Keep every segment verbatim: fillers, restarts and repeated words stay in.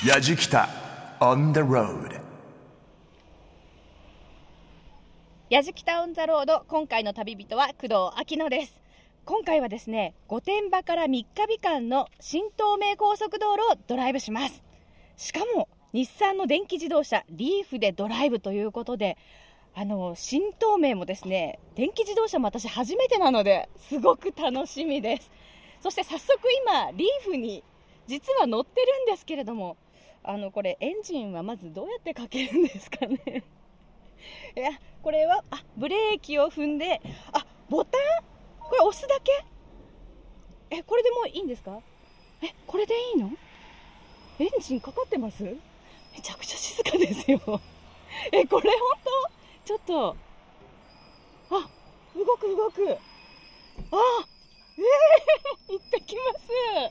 やじきた on the road。 やじきたオンザロード、今回の旅人は工藤秋乃です。今回はですね、御殿場から三ヶ日間の新東名高速道路をドライブします。しかも日産の電気自動車リーフでドライブということで、あの新東名もですね、電気自動車も私初めてなのですごく楽しみです。そして早速今リーフに実は乗ってるんですけれども、あのこれエンジンはまずどうやってかけるんですかねいや、これはあブレーキを踏んで、あボタンこれ押すだけ、えこれでもういいんですか？えこれでいいの？エンジンかかってます？めちゃくちゃ静かですよえこれ本当ちょっと、あ動く動く、あえー、行ってきます。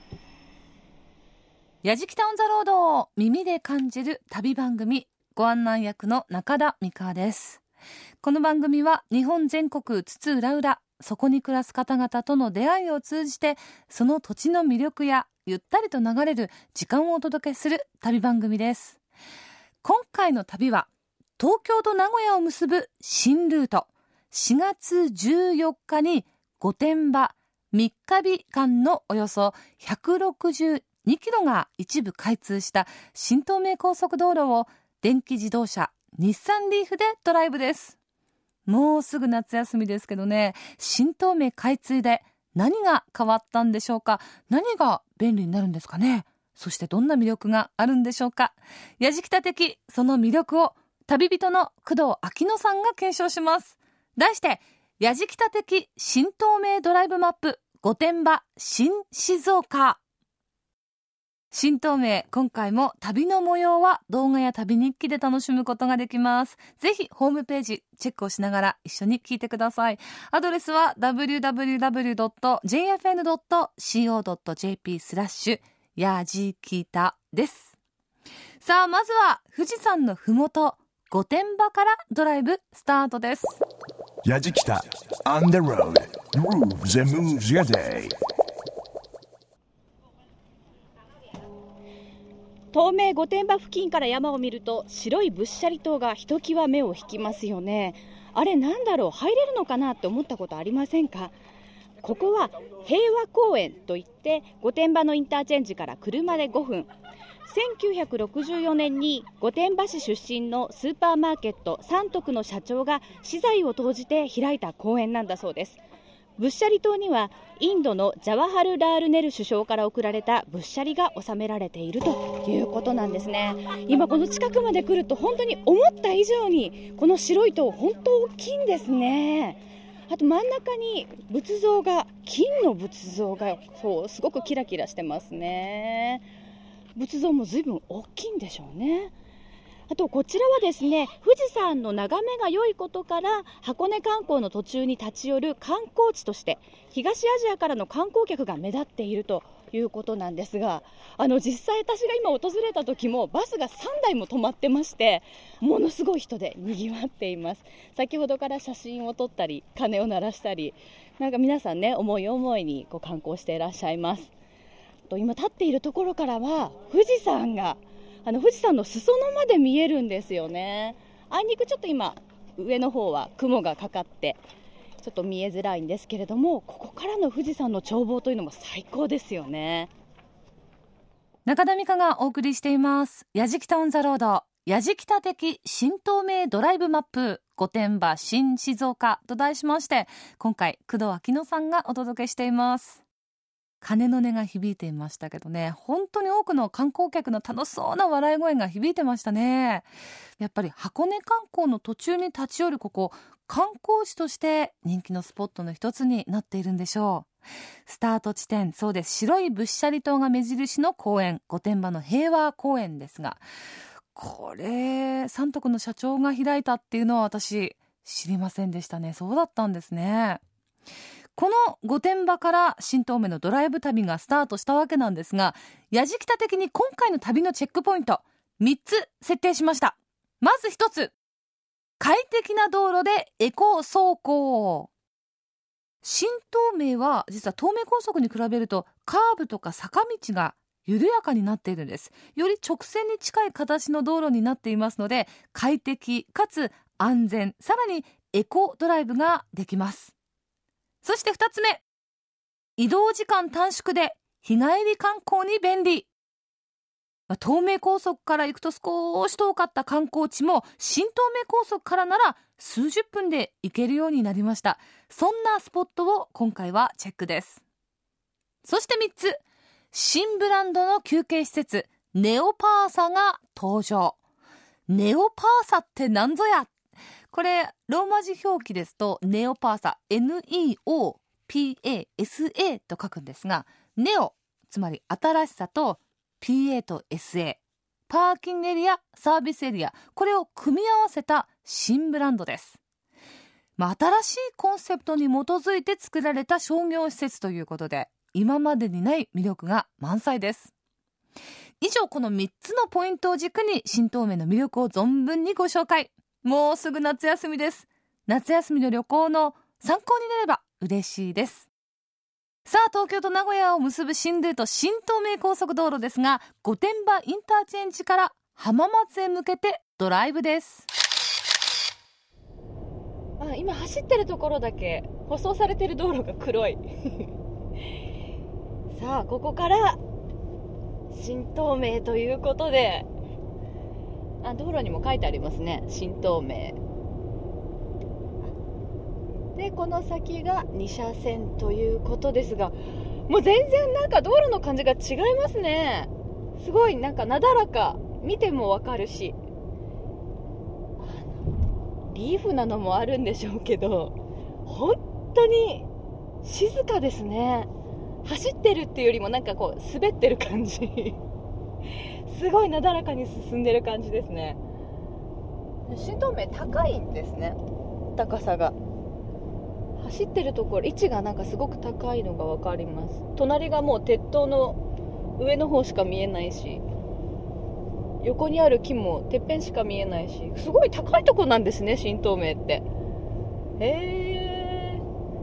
やじきたオンザロードを耳で感じる旅番組、ご案内役の中田美香です。この番組は日本全国津々浦々、そこに暮らす方々との出会いを通じて、その土地の魅力やゆったりと流れる時間をお届けする旅番組です。今回の旅は東京と名古屋を結ぶ新ルート、しがつじゅうよっかに御殿場三ヶ日間のおよそひゃくろくじゅうにキロが一部開通した新東名高速道路を電気自動車日産リーフでドライブです。もうすぐ夏休みですけどね、新東名開通で何が変わったんでしょうか。何が便利になるんですかね。そしてどんな魅力があるんでしょうか。やじきた的その魅力を旅人の工藤秋乃さんが検証します。題して、やじきた的新東名ドライブマップ御殿場新静岡。新東名、今回も旅の模様は動画や旅日記で楽しむことができます。ぜひホームページチェックをしながら一緒に聞いてください。アドレスは ダブリューダブリューダブリュードットジェイエフエヌドットコードットジェーピー スラッシュやじきたです。さあ、まずは富士山のふもと御殿場からドライブスタートです。 やじきた on the road。 Grooves and moves your day。 東名御殿場付近から山を見ると白いぶっしゃり塔がひときわ目を引きますよね。あれなんだろう、入れるのかなって思ったことありませんか？ここは平和公園といって、御殿場のインターチェンジから車でごふん、せんきゅうひゃくろくじゅうよねんに御殿場市出身のスーパーマーケット三徳の社長が私財を投じて開いた公園なんだそうです。ぶっしゃり島にはインドのジャワハル・ラールネル首相から贈られたぶっしゃりが収められているということなんですね。今この近くまで来ると本当に思った以上にこの白い塔本当大きいんですね。あと真ん中に仏像が、金の仏像がそうすごくキラキラしてますね。仏像も随分大きいんでしょうね。あとこちらはですね、富士山の眺めが良いことから箱根観光の途中に立ち寄る観光地として東アジアからの観光客が目立っているということなんですが、あの実際私が今訪れた時もバスがさんだいも止まってまして、ものすごい人で賑わっています。先ほどから写真を撮ったり鐘を鳴らしたり、なんか皆さんね、思い思いにこう観光していらっしゃいます。と今立っているところからは富士山があの富士山の裾野まで見えるんですよね。あいにくちょっと今上の方は雲がかかってちょっと見えづらいんですけれども、ここからの富士山の眺望というのも最高ですよね。 中田美香がお送りしています。やじきたオンザロード、やじきた的新東名ドライブマップ御殿場新静岡と題しまして、今回工藤秋乃さんがお届けしています。鐘の音が響いていましたけどね、本当に多くの観光客の楽しそうな笑い声が響いてましたね。やっぱり箱根観光の途中に立ち寄るここ、観光地として人気のスポットの一つになっているんでしょう。スタート地点、そうです、白いぶっしゃり塔が目印の公園、御殿場の平和公園ですが、これ三徳の社長が開いたっていうのは私知りませんでしたね。そうだったんですね。この御殿場から新東名のドライブ旅がスタートしたわけなんですが、やじきた的に今回の旅のチェックポイントみっつ設定しました。まずひとつ、快適な道路でエコ走行。新東名は実は東名高速に比べるとカーブとか坂道が緩やかになっているんです。より直線に近い形の道路になっていますので、快適かつ安全、さらにエコドライブができます。そしてふたつめ、移動時間短縮で日帰り観光に便利。東名高速から行くと少し遠かった観光地も、新東名高速からなら数十分で行けるようになりました。そんなスポットを今回はチェックです。そしてみっつ、新ブランドの休憩施設ネオパーサが登場。ネオパーサって何ぞや。これローマ字表記ですとネオパーサ エヌイーオーピーエーエスエー と書くんですが、ネオつまり新しさと ピーエー と エスエー、 パーキングエリア、サービスエリア、これを組み合わせた新ブランドです。まあ、新しいコンセプトに基づいて作られた商業施設ということで、今までにない魅力が満載です。以上、このみっつのポイントを軸に新東名の魅力を存分にご紹介。もうすぐ夏休みです。夏休みの旅行の参考になれば嬉しいです。さあ、東京と名古屋を結ぶ新ルート新東名高速道路ですが、御殿場インターチェンジから浜松へ向けてドライブです。 あ、今走ってるところだけ舗装されてる道路が黒いさあ、ここから新東名ということで、あ、道路にも書いてありますね、新東名で、この先がに車線ということですが、もう全然なんか道路の感じが違いますね。すごいなんかなだらか、見てもわかるし、リーフなのもあるんでしょうけど、本当に静かですね。走ってるっていうよりもなんかこう滑ってる感じすごいなだらかに進んでる感じですね。新東名高いんですね、高さが。走ってるところ位置がなんかすごく高いのが分かります。隣がもう鉄塔の上の方しか見えないし、横にある木もてっぺんしか見えないし、すごい高いとこなんですね、新東名って。へー、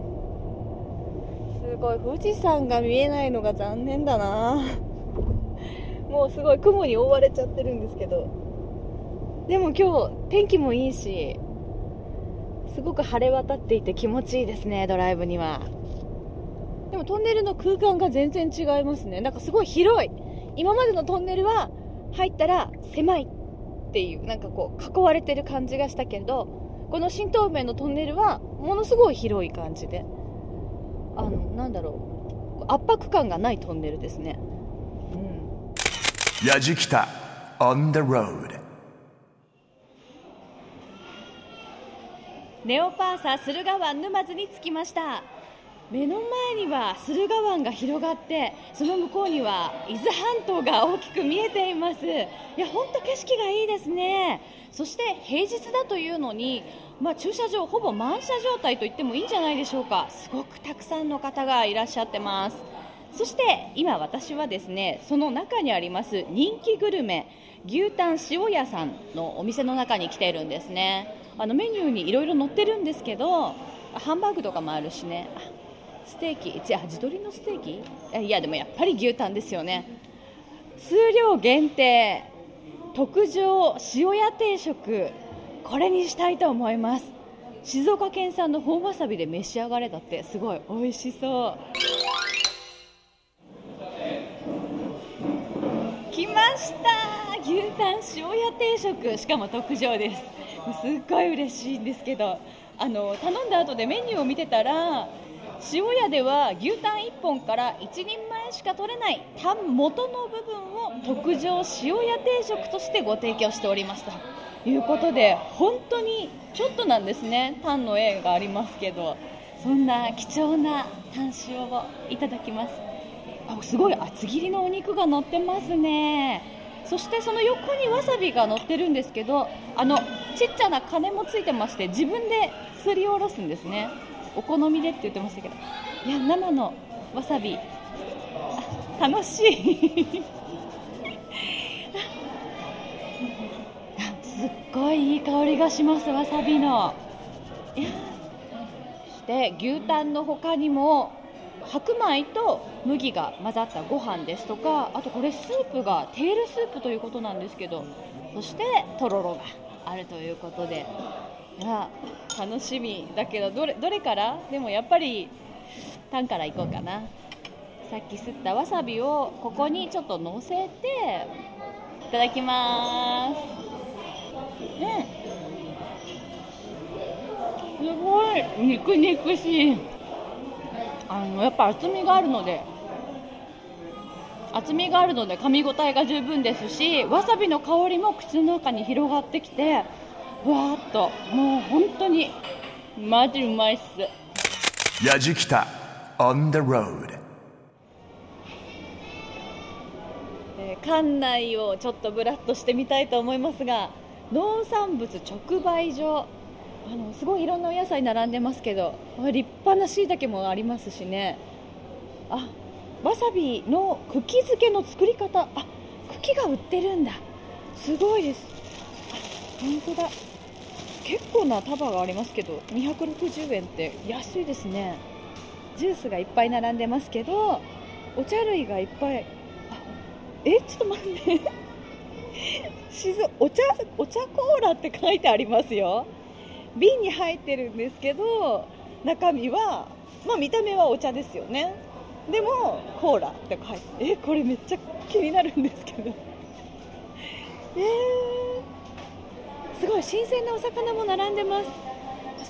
すごい。富士山が見えないのが残念だなもうすごい雲に覆われちゃってるんですけど、でも今日天気もいいし、すごく晴れ渡っていて気持ちいいですね、ドライブには。でもトンネルの空間が全然違いますね。なんかすごい広い。今までのトンネルは入ったら狭いっていう、なんかこう囲われてる感じがしたけど、この新東名のトンネルはものすごい広い感じで、あのなんだろう、圧迫感がないトンネルですね。うん。 やじきた on the road。 ネオパーサ駿河湾沼津に着きました。目の前には駿河湾が広がって、その向こうには伊豆半島が大きく見えています。いや、本当景色がいいですね。そして平日だというのに、まあ、駐車場ほぼ満車状態と言ってもいいんじゃないでしょうか。すごくたくさんの方がいらっしゃってます。そして今私はですね、その中にあります人気グルメ牛タン塩屋さんのお店の中に来ているんですね。あのメニューにいろいろ載ってるんですけど、ハンバーグとかもあるしね、ステーキ、じゃあ地鶏のステーキ、いやでもやっぱり牛タンですよね。数量限定特上塩屋定食、これにしたいと思います。静岡県産の本わさびで召し上がれだって。すごい美味しそう。来ました、牛タン塩屋定食、しかも特上です。すっごい嬉しいんですけど、あの頼んだ後でメニューを見てたら、塩屋では牛タンいっぽんからいちにんまえしか取れないタン元の部分を特上塩屋定食としてご提供しておりますということで、本当にちょっとなんですね。タンの絵がありますけど、そんな貴重なタン塩をいただきます。あ、すごい厚切りのお肉が乗ってますね。そしてその横にわさびが乗ってるんですけど、あのちっちゃな鐘もついてまして、自分ですりおろすんですね。お好みでって言ってましたけど、いや生のわさび、あ、楽しいすっごいいい香りがします、わさびの。いや、そして牛タンの他にも白米と麦が混ざったご飯ですとか、あとこれスープがテールスープということなんですけど、そしてとろろがあるということで、いや楽しみだけど、どれ、どれからでもやっぱりタンからいこうかな。さっきすったわさびをここにちょっと乗せていただきます。うん、すごい肉肉しい。あのやっぱ厚みがあるので厚みがあるので噛み応えが十分ですし、わさびの香りも口の中に広がってきて、わーっともう本当にマジうまいっす。 やじきた on the road。 館内をちょっとブラッとしてみたいと思いますが、農産物直売所、あのすごいいろんなお野菜並んでますけど、立派な椎茸もありますしね。あ、わさびの茎漬けの作り方、あ、茎が売ってるんだ。すごいです。あ、本当だ。結構な束がありますけどにひゃくろくじゅうえんって安いですね。ジュースがいっぱい並んでますけど、お茶類がいっぱい。え、ちょっと待って静お茶、お茶コーラって書いてありますよ。瓶に入ってるんですけど、中身は、まあ、見た目はお茶ですよね。でもコーラって書いて、え、これめっちゃ気になるんですけどえー、すごい新鮮なお魚も並んでます。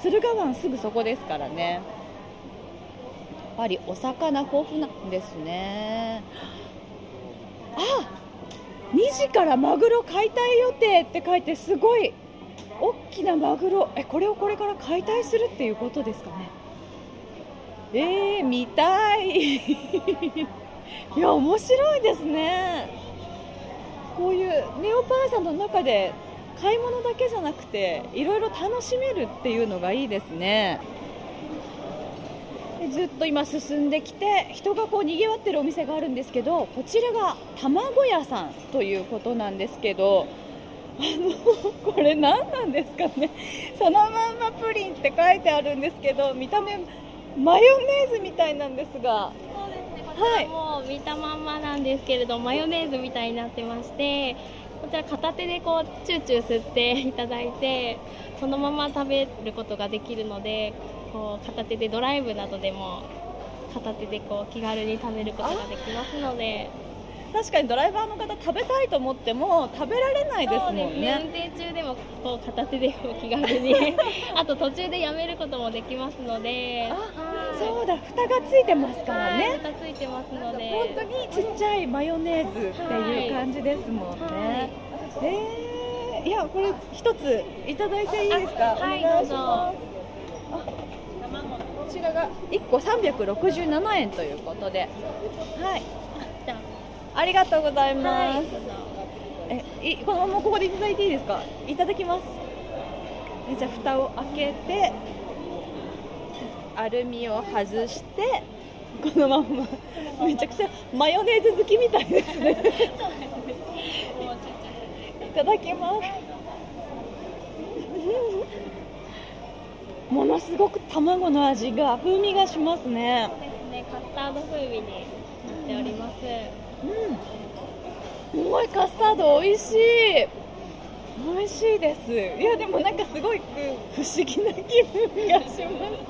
駿河湾すぐそこですからね。やっぱりお魚豊富なんですね。あ、にじからマグロ解体予定って書いて、すごい大きなマグロ。え、これをこれから解体するっていうことですかね。えー、見たいいや面白いですね。こういうネオパーサの中で買い物だけじゃなくていろいろ楽しめるっていうのがいいですね。ずっと今進んできて、人がこう賑わってるお店があるんですけど、こちらが卵屋さんということなんですけど、あのこれ何なんですかね。そのまんまプリンって書いてあるんですけど、見た目マヨネーズみたいなんですが。 そうですね、こちらも見たまんまなんですけれど、はい、マヨネーズみたいになってまして、こちら片手でこうチューチュー吸っていただいて、そのまま食べることができるので、こう片手でドライブなどでも片手でこう気軽に食べることができますので。 確かにドライバーの方食べたいと思っても食べられないですもんね。 そうですね、運転中でもこう片手でこう気軽にあと途中でやめることもできますので。 あ、そうだ、蓋がついてますからね。 蓋ついてますので、 本当にちっちゃいマヨネーズっていう感じですもんね。はい、えー、いや、これ一ついただいていいですか。 はい、 お願いしどうぞ。 ます。こちらがいっこさんびゃくろくじゅうななえんということで、はい、 じゃあありがとうございます。 はい、 えいこのままここでいただいていいですか。いただきます。えじゃあ蓋を開けてアルミを外して、このままめちゃくちゃマヨネーズ好きみたいですねいただきますものすごく卵の味が、風味がしますね。 そうですね、カスタード風味になっております。 うん、すごいカスタード美味しい。美味しいです。いやでもなんかすごい不思議な気分がします。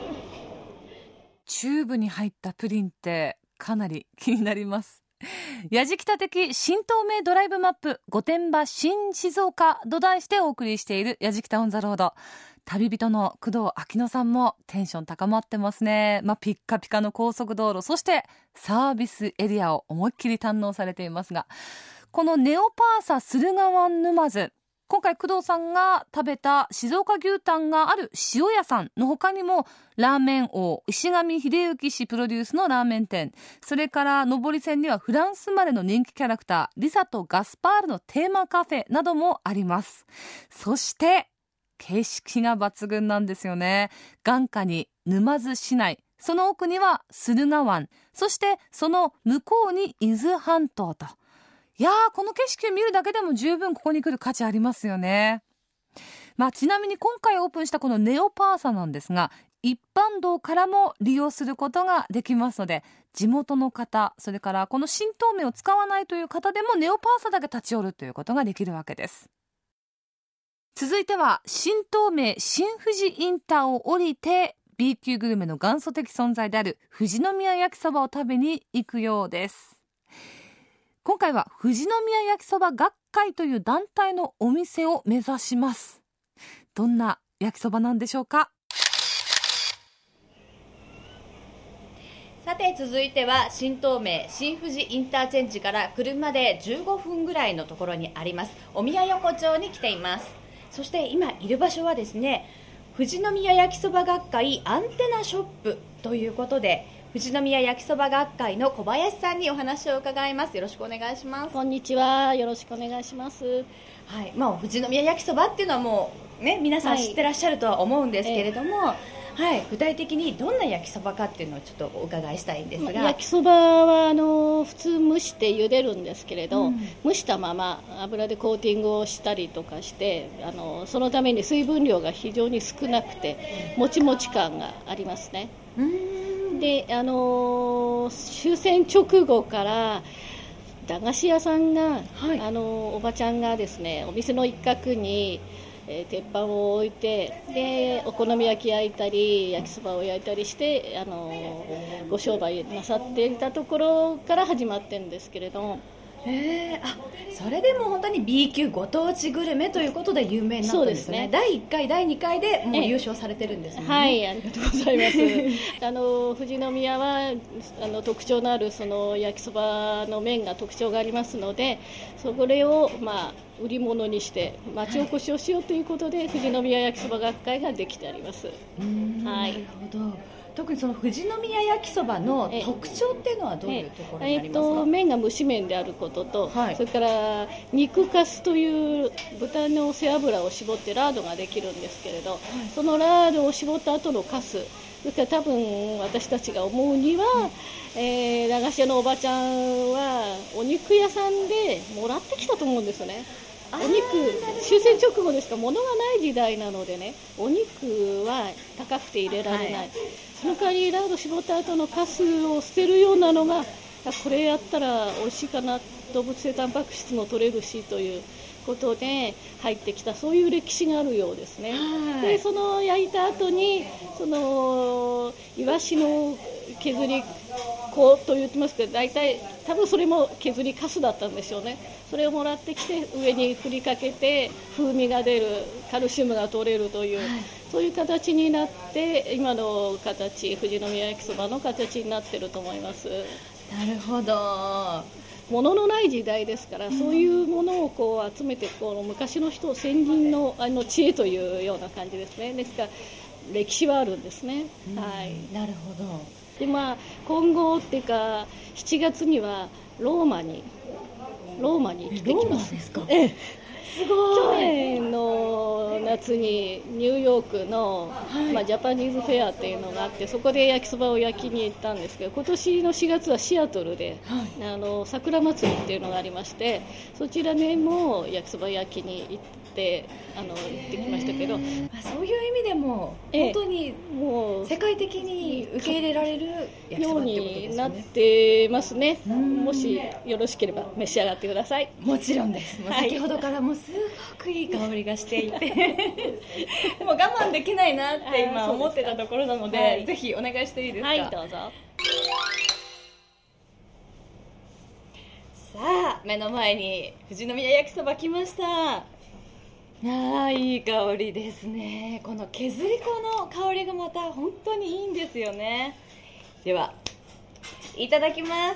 チューブに入ったプリンってかなり気になります。やじきた的新東名ドライブマップ、御殿場新静岡と題してお送りしているやじきたオンザロード。旅人の工藤秋乃さんもテンション高まってますね。まあ、ピッカピカの高速道路、そしてサービスエリアを思いっきり堪能されていますが、このネオパーサ駿河湾沼津、今回工藤さんが食べた静岡牛タンがある塩屋さんの他にも、ラーメン王石上秀幸氏プロデュースのラーメン店、それから上り線にはフランス生まれの人気キャラクターリサとガスパールのテーマカフェなどもあります。そして景色が抜群なんですよね。眼下に沼津市内、その奥には駿河湾、そしてその向こうに伊豆半島と、いやー、この景色を見るだけでも十分ここに来る価値ありますよね。まあ、ちなみに今回オープンしたこのネオパーサなんですが、一般道からも利用することができますので、 地元の方、それからこの新東名を使わないという方でもネオパーサだけ立ち寄るということができるわけです。続いては新東名新富士インターを降りて B 級グルメの元祖的存在である富士宮焼きそばを食べに行くようです。今回は富士宮焼きそば学会という団体のお店を目指します。どんな焼きそばなんでしょうか。 さて続いては新東名新富士インターチェンジから車でじゅうごふんぐらいのところにありますお宮横丁に来ています。そして今いる場所はですね、富士宮焼きそば学会アンテナショップということで、富士宮焼きそば学会の小林さんにお話を伺います。よろしくお願いします。 こんにちは、よろしくお願いします。 はい、まあ、富士宮焼きそばっていうのはもうね皆さん知ってらっしゃるとは思うんですけれども、はいはい、具体的にどんな焼きそばかっていうのをちょっとお伺いしたいんですが、 焼きそばはあの普通蒸して茹でるんですけれど、うん、蒸したまま油でコーティングをしたりとかしてあのそのために水分量が非常に少なくてもちもち感がありますね。うーんであの終戦直後から駄菓子屋さんが、はい、あのおばちゃんがですねお店の一角にえー、鉄板を置いてでお好み焼き焼いたり焼きそばを焼いたりして、あのー、ご商売なさっていたところから始まってるんですけれど、 へー、あ、それでも本当に B 級ご当地グルメということで有名になったんですね。そうですね。だいいっかいだいにかいでもう優勝されてるんですね。 はい、ありがとうございますあの富士宮はあの特徴のあるその焼きそばの麺が特徴がありますので、それをまあ売り物にして町おこしをしようということで、はい、富士宮焼きそば学会ができてあります。 うーん、はい、なるほど。特にその富士宮焼きそばの特徴っていうのはどういうところになりますか。 えー、と麺が蒸し麺であることと、はい、それから肉かすという豚の背脂を絞ってラードができるんですけれど、はい、そのラードを絞った後のかす、それから多分私たちが思うには、うん、えー、駄菓子屋のおばちゃんはお肉屋さんでもらってきたと思うんですね。お肉終戦直後ですから物がない時代なのでね、お肉は高くて入れられない、はい、その代わりラード絞った後のカスを捨てるようなのがこれやったら美味しいかな、動物性タンパク質も取れるしということで入ってきた、そういう歴史があるようですね。はい、でその焼いた後にそのイワシの削り粉と言ってますけど、大体多分それも削りかすだったんでしょうね。それをもらってきて上に振りかけて風味が出る、カルシウムが取れるという、はい、そういう形になって今の形、富士宮焼きそばの形になっていると思います。 なるほど。 物のない時代ですから、うん、そういうものをこう集めてこう昔の人先人のあの知恵というような感じですね。ですから歴史はあるんですね。 うん、はい、なるほど。 でまあ、今後っていうかしちがつにはローマにローマに行ってきます。 ローマですか。 ええ、すごい。去年の夏にニューヨークの、はい、まあ、ジャパニーズフェアっていうのがあって、そこで焼きそばを焼きに行ったんですけど、今年のしがつはシアトルで、はい、あの桜祭りっていうのがありまして、そちらでも焼きそば焼きに行ってあの行ってきましたけど、 そういう意味でも本当にもう世界的に受け入れられる焼きそばってことですよね。ようになってますね。もしよろしければ召し上がってください。もちろんです。もう先ほどからもうすごくいい香りがしていてでも我慢できないなって今思ってたところなので、はい、ぜひお願いしていいですか。 はい、どうぞ。 さあ目の前に富士宮焼きそば来ました。ああ、いい香りですね。この削り粉の香りがまた本当にいいんですよね。ではいただきます。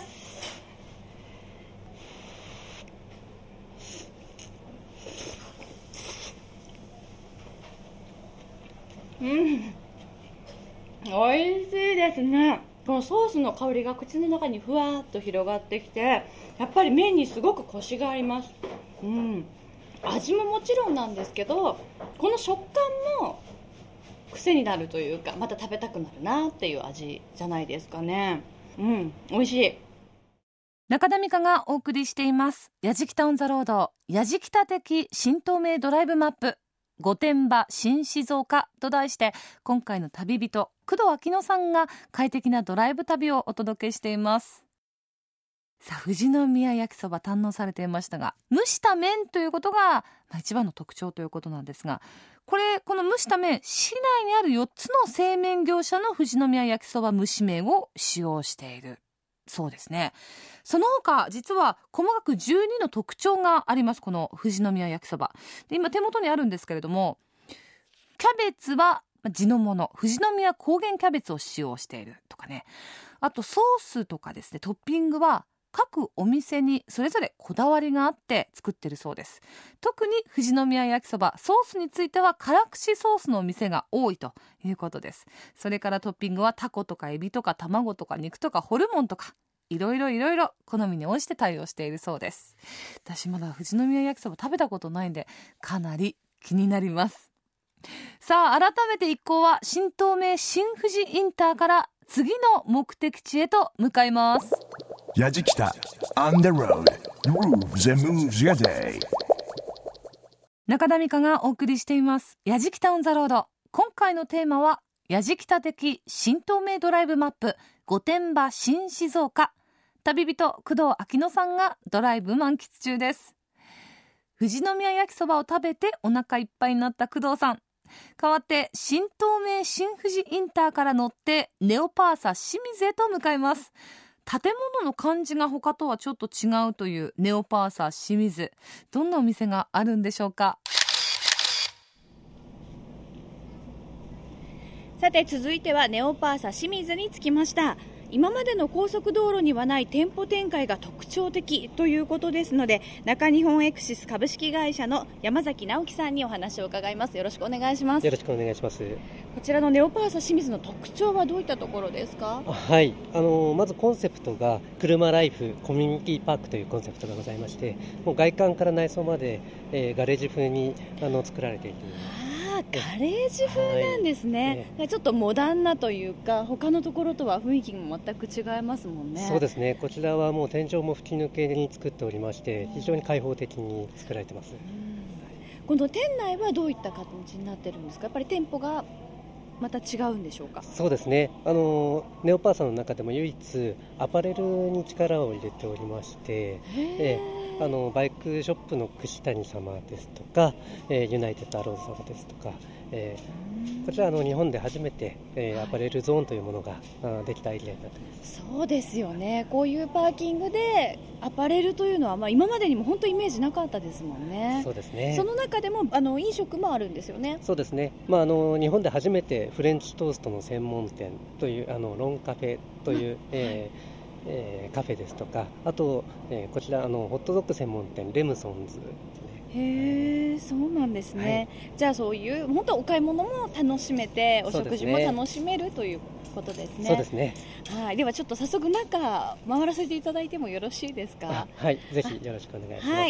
うん、おいしいですね。このソースの香りが口の中にふわっと広がってきて、やっぱり麺にすごくコシがあります。うん、味ももちろんなんですけど、この食感も癖になるというか、また食べたくなるなっていう味じゃないですかね。うん、美味しい。 中田美香がお送りしていますやじきたオンザロード、やじきた的新東名ドライブマップ。 御殿場新静岡と題して、今回の旅人工藤秋乃さんが快適なドライブ旅をお届けしています。さあ、富士宮焼きそば堪能されていましたが、蒸した麺ということが、まあ、一番の特徴ということなんですが、これこの蒸した麺、市内にあるよっつの製麺業者の富士宮焼きそば蒸し麺を使用しているそうですね。その他実は細かくじゅうにの特徴があります、この富士宮焼きそばで。今手元にあるんですけれども、キャベツは地のもの、富士宮高原キャベツを使用しているとかね。あとソースとかですね、トッピングは各お店にそれぞれこだわりがあって作ってるそうです。特に富士宮焼きそば、ソースについては辛口ソースのお店が多いということです。それからトッピングはタコとかエビとか卵とか肉とかホルモンとか、いろいろいろいろ好みに応じて対応しているそうです。私まだ富士宮焼きそば食べたことないんで、かなり気になります。さあ、改めて一行は新東名新富士インターから次の目的地へと向かいます。 やじきた On the road Grooves and moves your day。 中田美香がお送りしていますやじきたオンザロード。今回のテーマはやじきた的新東名ドライブマップ、御殿場新静岡。旅人工藤秋乃さんがドライブ満喫中です。富士宮焼きそばを食べてお腹いっぱいになった工藤さん、代わって新東名新富士インターから乗ってネオパーサ清水へと向かいます。建物の感じが他とはちょっと違うというネオパーサ清水、どんなお店があるんでしょうか。 さて続いてはネオパーサ清水に着きました。今までの高速道路にはない店舗展開が特徴的ということですので、中日本エクシス株式会社の山崎直樹さんにお話を伺います。よろしくお願いします。 よろしくお願いします。 こちらのネオパーサ清水の特徴はどういったところですか？ はい、あのまずコンセプトが車ライフコミュニティパークというコンセプトがございまして、もう外観から内装まで、えー、ガレージ風にあの作られていて、 ガレージ風なんですね、はい、ちょっとモダンなというか、他のところとは雰囲気も全く違いますもんね。 そうですね、こちらはもう天井も吹き抜けに作っておりまして、非常に開放的に作られています。うん、 この店内はどういった形になってるんですか？やっぱり店舗がまた違うんでしょうか？ そうですね、あのネオパーサの中でも唯一アパレルに力を入れておりまして、えあのバイクショップの串谷様ですとか、えー、ユナイテッドアローズ様ですとか、えー、こちらあの日本で初めて、えー、アパレルゾーンというものができたエリアになっています。 そうですよね、こういうパーキングでアパレルというのは、まあ、今までにも本当イメージなかったですもんね。 そうですね、 その中でもあの飲食もあるんですよね。 そうですね、まあ、あの日本で初めてフレンチトーストの専門店というあのロンカフェという、うん、えーえー、カフェですとか、あと、えー、こちらあのホットドッグ専門店レムソンズですね。 へえ、そうなんですね、はい、じゃあそういう本当お買い物も楽しめて、お食事も楽しめるということですね。 そうですね。 はい、ではちょっと早速中回らせていただいてもよろしいですか？ はい、ぜひよろしくお願いします。はい、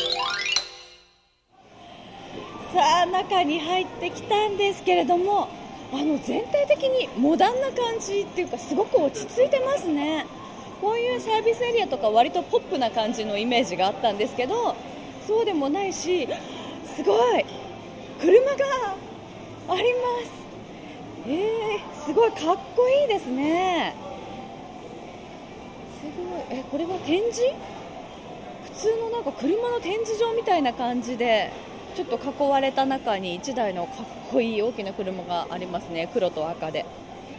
さあ中に入ってきたんですけれども、あの全体的にモダンな感じっていうか、すごく落ち着いてますね。こういうサービスエリアとか割とポップな感じのイメージがあったんですけど、そうでもないし、すごい車があります。えー、すごいかっこいいですね。すごい。え、これは展示？普通のなんか車の展示場みたいな感じで、ちょっと囲われた中にいちだいのかっこいい大きな車がありますね。黒と赤で。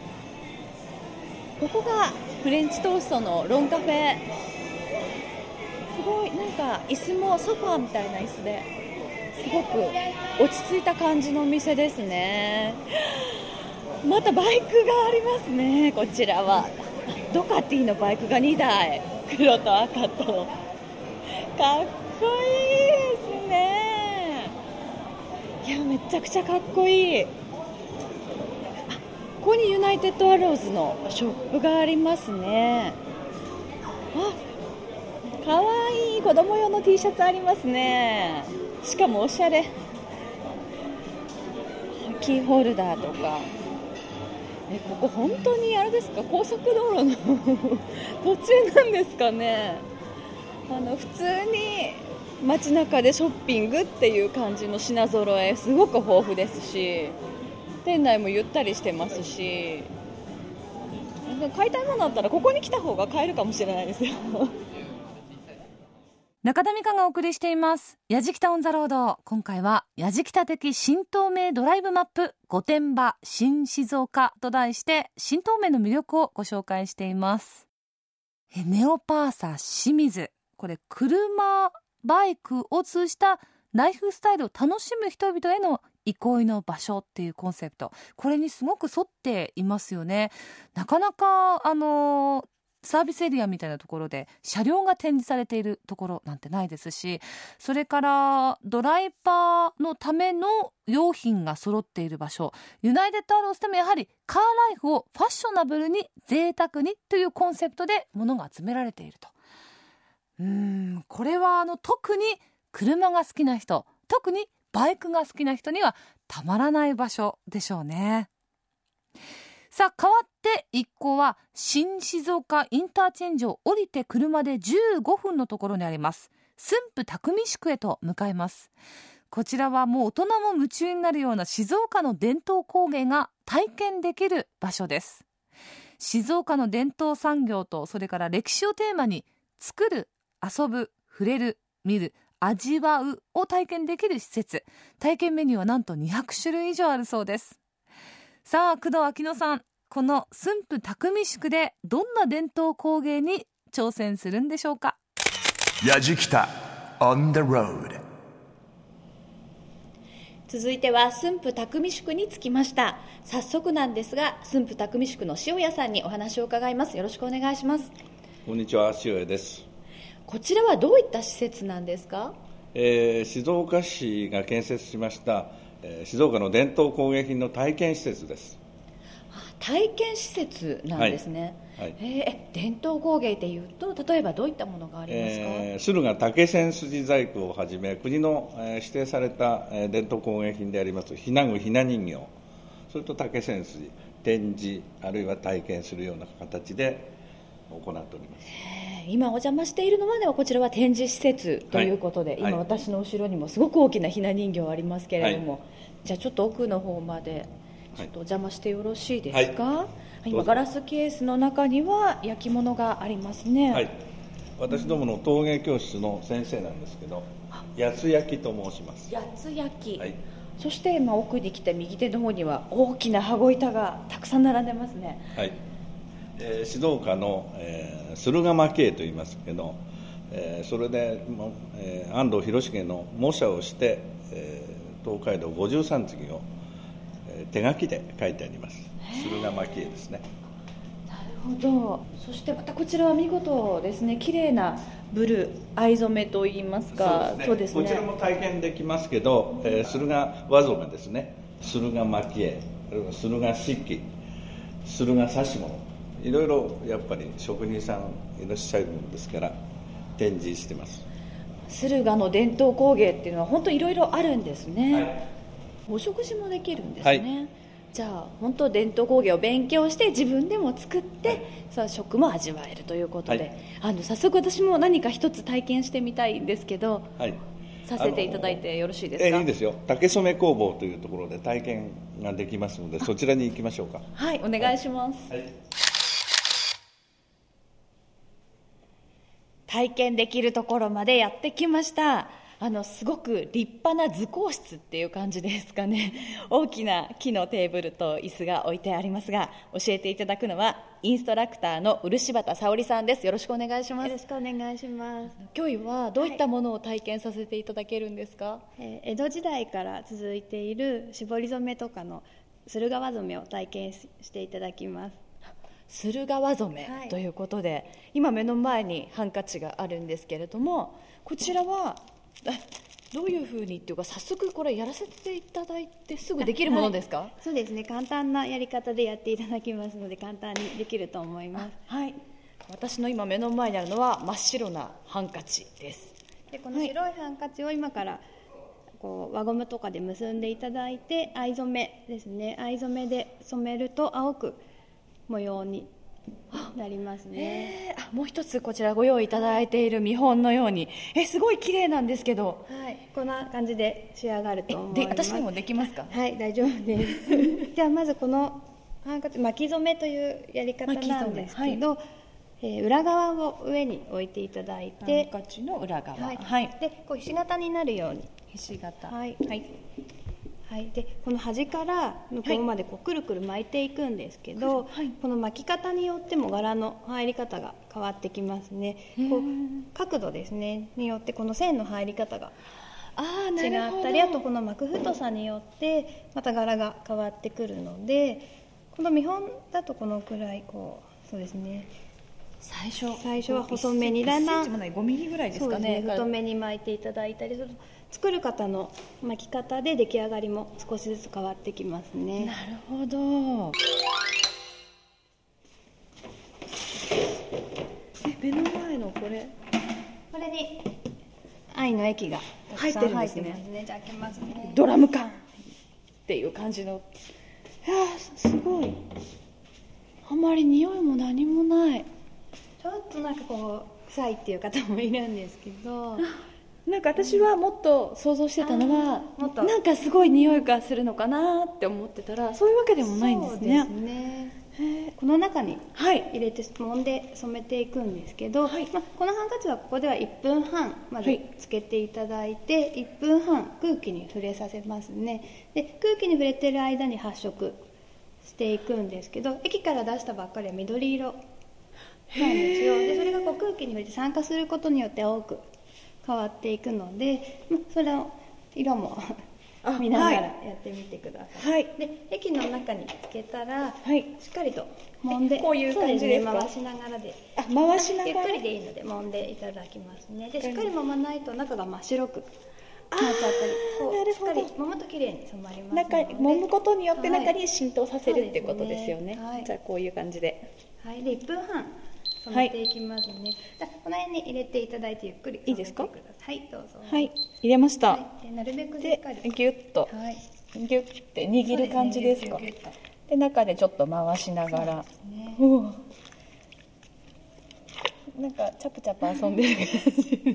ここがフレンチトーストのロンカフェ。すごい、なんか椅子もソファーみたいな椅子で、すごく落ち着いた感じのお店ですね。またバイクがありますね。こちらはドカティのバイクがにだい、黒と赤と、かっこいいですね。いや、めちゃくちゃかっこいい。ここにユナイテッドアローズのショップがありますね。あ、かわいい子供用の T シャツありますね。しかもおしゃれ。キーホルダーとか。え、ここ本当にあれですか、高速道路の途中なんですかね。あの普通に街中でショッピングっていう感じの品揃えすごく豊富ですし、店内もゆったりしてますし、買いたいものあったらここに来た方が買えるかもしれないですよ。 中田美香がお送りしていますやじきたオンザロード。今回はやじきた的新東名ドライブマップ御殿場新静岡と題して新東名の魅力をご紹介しています。えネオパーサ清水、これ車バイクを通じたライフスタイルを楽しむ人々への憩いの場所っていうコンセプト、これにすごく沿っていますよね。なかなかあのサービスエリアみたいなところで車両が展示されているところなんてないですし、それからドライバーのための用品が揃っている場所、ユナイテッドアローズでもやはりカーライフをファッショナブルに贅沢にというコンセプトで物が集められていると。うーんこれはあの特に車が好きな人、特にバイクが好きな人にはたまらない場所でしょうね。さあ、変わって一行は新静岡インターチェンジを降りて車でじゅうごふんのところにあります駿府匠宿へと向かいます。こちらはもう大人も夢中になるような静岡の伝統工芸が体験できる場所です。静岡の伝統産業とそれから歴史をテーマに作る、遊ぶ、触れる、見る、味わうを体験できる施設。体験メニューはなんとにひゃくしゅるい以上あるそうです。さあ、工藤秋乃さん、この駿府匠宿でどんな伝統工芸に挑戦するんでしょうか。 やじきた on the road。 続いては駿府匠宿に着きました。早速なんですが、駿府匠宿の塩谷さんにお話を伺います。よろしくお願いします。 こんにちは、塩谷です。 こちらはどういった施設なんですか？ えー、静岡市が建設しました、えー、静岡の伝統工芸品の体験施設です。 体験施設なんですね。はいはい、えー、伝統工芸でいうと例えばどういったものがありますか？ えー、駿河竹千筋細工をはじめ国の、えー、指定された、えー、伝統工芸品でありますひな具ひな人形、それと竹千筋展示あるいは体験するような形で行っております。 今お邪魔しているのは、ではこちらは展示施設ということで、はい、今私の後ろにもすごく大きなひな人形ありますけれども、はい、じゃあちょっと奥の方までちょっとお邪魔してよろしいですか？はい、今ガラスケースの中には焼き物がありますね。 はい、私どもの陶芸教室の先生なんですけど、八つ焼きと申します。 八つ焼き、はい、そしてまあ奥に来て右手の方には大きな羽子板がたくさん並んでますね。 はい、えー、静岡の、えー、駿河蒔絵といいますけど、えー、それで、えー、安藤広重の模写をして、えー、東海道ごじゅうさん次を、えー、手書きで書いてあります。駿河蒔絵ですね。 なるほど。そしてまたこちらは見事ですね。綺麗なブルー藍染めといいますか。 そうですね。こちらも体験できますけど、えー、駿河輪染めですね。駿河蒔絵、駿河漆器、駿河指物、いろいろやっぱり職人さんいらっしゃるんですから展示してます。 駿河の伝統工芸っていうのは本当いろいろあるんですね。はい、お食事もできるんですね。はい、じゃあ本当伝統工芸を勉強して自分でも作って、はい、さあ食も味わえるということで、はい、あの早速私も何か一つ体験してみたいんですけど、はい、させていただいてよろしいですか？ えー、いいですよ。竹染工房というところで体験ができますので、そちらに行きましょうか。 はい、お願いします。はいはい、体験できるところまでやってきました。あのすごく立派な図工室っていう感じですかね。大きな木のテーブルと椅子が置いてありますが、教えていただくのはインストラクターの漆畑沙織さんです。よろしくお願いします。 よろしくお願いします。 今日はどういったものを体験させていただけるんですか？はい、 えー、江戸時代から続いている絞り染めとかの駿河輪染めを体験していただきます。 駿河輪染めということで、はい、今目の前にハンカチがあるんですけれども、こちらはどういうふうにっていうか、早速これやらせていただいてすぐできるものですか？はい、 そうですね。簡単なやり方でやっていただきますので、簡単にできると思います。 はい、私の今目の前にあるのは真っ白なハンカチです。 でこの白いハンカチを今からこう輪ゴムとかで結んでいただいて、藍染めですね。藍染めで染めると青く模様になりますね。 えー、あもう一つこちらご用意いただいている見本のように、えすごい綺麗なんですけど、 はい、こんな感じで仕上がると思います。 で私にもできますか？ はい、大丈夫ですじゃあまずこのハンカチ巻き染めというやり方なんですけど、はい、えー、裏側を上に置いていただいて、 ハンカチの裏側、 はいはい、でこうひし形になるように、 ひし形、 はいはいはい、でこの端から向こうまでこうくるくる巻いていくんですけど、はい、この巻き方によっても柄の入り方が変わってきますね。こう角度ですねによってこの線の入り方が違ったり、あとこの巻く太さによってまた柄が変わってくるので、この見本だとこのくらいこうそうですね、 最初最初は細めにだんだんごミリぐらいですかね、 太めに巻いていただいたりすると、作る方の巻き方で出来上がりも少しずつ変わってきますね。 なるほど。え目の前のこれこれに愛の液が入ってるんですね。 ね、じゃあ開けますね。 ドラム缶っていう感じの、いやすごい、あんまり匂いも何もない。 ちょっとなんかこう臭いっていう方もいるんですけど、 なんか私はもっと想像してたのは、もっとなんかすごい匂いがするのかなって思ってたら、そういうわけでもないんですね。 そうですね。この中に入れて揉んで染めていくんですけど、はい、まあ、このハンカチはここではいっぷんはんまずつけていただいて、はい、いっぷんはん空気に触れさせますね。で空気に触れてる間に発色していくんですけど、液から出したばっかりは緑色なんですよ。でそれがこう空気に触れて酸化することによって青く変わっていくので、まあ、それを色も見ながらやってみてください。はい、で液の中につけたら、はい、しっかりと揉んで、 こういう感じですか？ 回しながらで、 あ回しながらゆっくりでいいので揉んでいただきますね。でしっかり揉まないと中が真っ白くなっちゃったり、こうしっかり揉むと綺麗に染まりますので、 中揉むことによって中に浸透させるっていうことですよね。はい、じゃあこういう感じで、 はい、でいっぷんはん染めていきますね。はい、じゃこの辺に入れていただいてゆっくり染めてください。いいですか？はい、どうぞ。 はい、入れました。はい、 でなるべくしっかりギュッと、はい、ギュッて握る感じですか？で, すね、で中でちょっと回しながら、ね、なんかチャプチャプ遊んでる感じ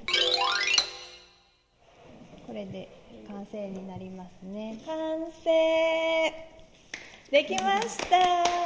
これで完成になりますね。 完成できました。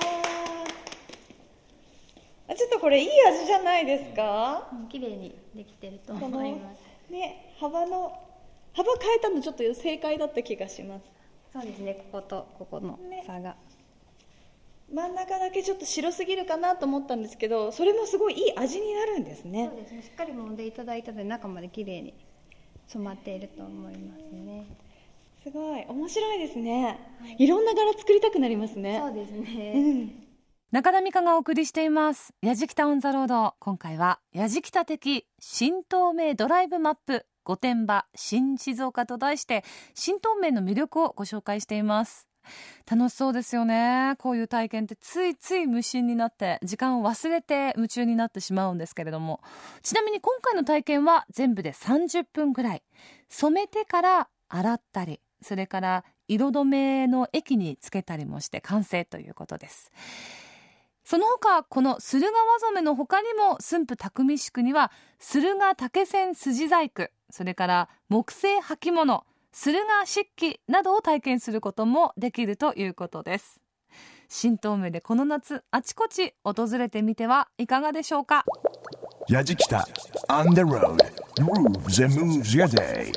あ、ちょっとこれいい味じゃないですか？ うん、綺麗にできてると思います。 ね、幅の幅変えたのちょっと正解だった気がします。 そうですね、こことここの差が、ね、 真ん中だけちょっと白すぎるかなと思ったんですけど、それもすごいいい味になるんですね。 そうですね、しっかり揉んでいただいたので中まで綺麗に染まっていると思いますね。 すごい面白いですね、はい、いろんな柄作りたくなりますね。 そうですね、 うん、 中田美香がお送りしていますやじきたオンザロード。今回はやじきた的新東名ドライブマップ御殿場新静岡と題して新東名の魅力をご紹介しています。楽しそうですよね。こういう体験ってついつい無心になって時間を忘れて夢中になってしまうんですけれども、ちなみに今回の体験は全部でさんじゅっぷんぐらい。染めてから洗ったり、それから色止めの液につけたりもして完成ということです。その他この駿河染めの他にも駿府匠宿には駿河竹線筋細工、それから木製履物、駿河漆器などを体験することもできるということです。新東名でこの夏あちこち訪れてみてはいかがでしょうか。 やじきた On the road grooves and moves your day。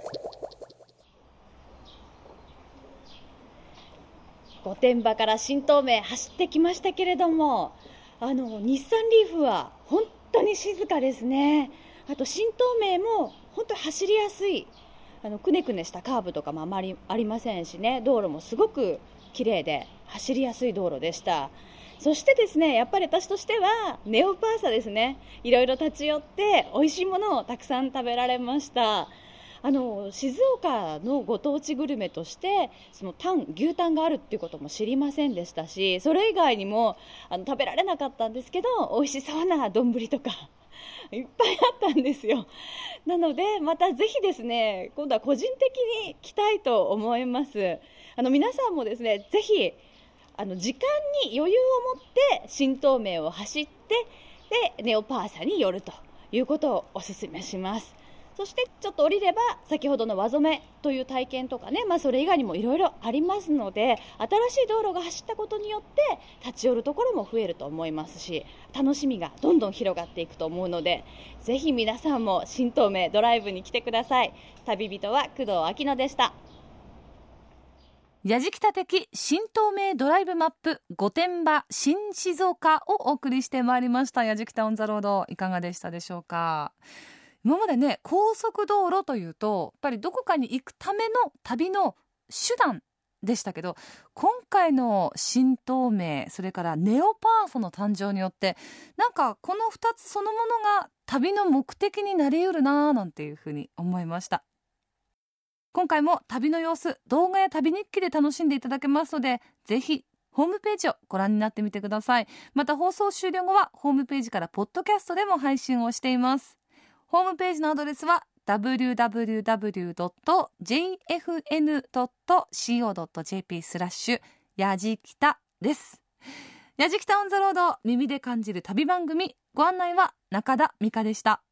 御殿場から新東名走ってきましたけれども、あの日産リーフは本当に静かですね。あと新東名も本当に走りやすい、あのくねくねしたカーブとかもあまりありませんしね、道路もすごく綺麗で走りやすい道路でした。そしてですね、やっぱり私としてはネオパーサですね、いろいろ立ち寄って美味しいものをたくさん食べられました。あの静岡のご当地グルメとしてそのタン牛タンがあるっていうことも知りませんでしたし、それ以外にもあの食べられなかったんですけど美味しそうな丼とかいっぱいあったんですよ。なのでまたぜひですね、今度は個人的に来たいと思います。あの皆さんもですね、ぜひあの時間に余裕を持って新東名を走ってでネオパーサに寄るということをお勧めします。そしてちょっと降りれば先ほどの輪染めという体験とかね、まあ、それ以外にもいろいろありますので、新しい道路が走ったことによって立ち寄るところも増えると思いますし、楽しみがどんどん広がっていくと思うので、ぜひ皆さんも新東名ドライブに来てください。旅人は工藤秋乃でした。 やじきた的新東名ドライブマップ御殿場新静岡をお送りしてまいりました。やじきたオンザロード、いかがでしたでしょうか。今までね、高速道路というとやっぱりどこかに行くための旅の手段でしたけど、今回の新東名、それからネオパーサの誕生によってなんかこのふたつそのものが旅の目的になりうるななんていうふうに思いました。今回も旅の様子、動画や旅日記で楽しんでいただけますので、ぜひホームページをご覧になってみてください。また放送終了後はホームページからポッドキャストでも配信をしています。ホームページのアドレスは ダブリューダブリューダブリュードットジェイエフエヌドットシーオードットジェーピー スラッシュやじきたです。やじきたオンザロード、耳で感じる旅番組、ご案内は中田美香でした。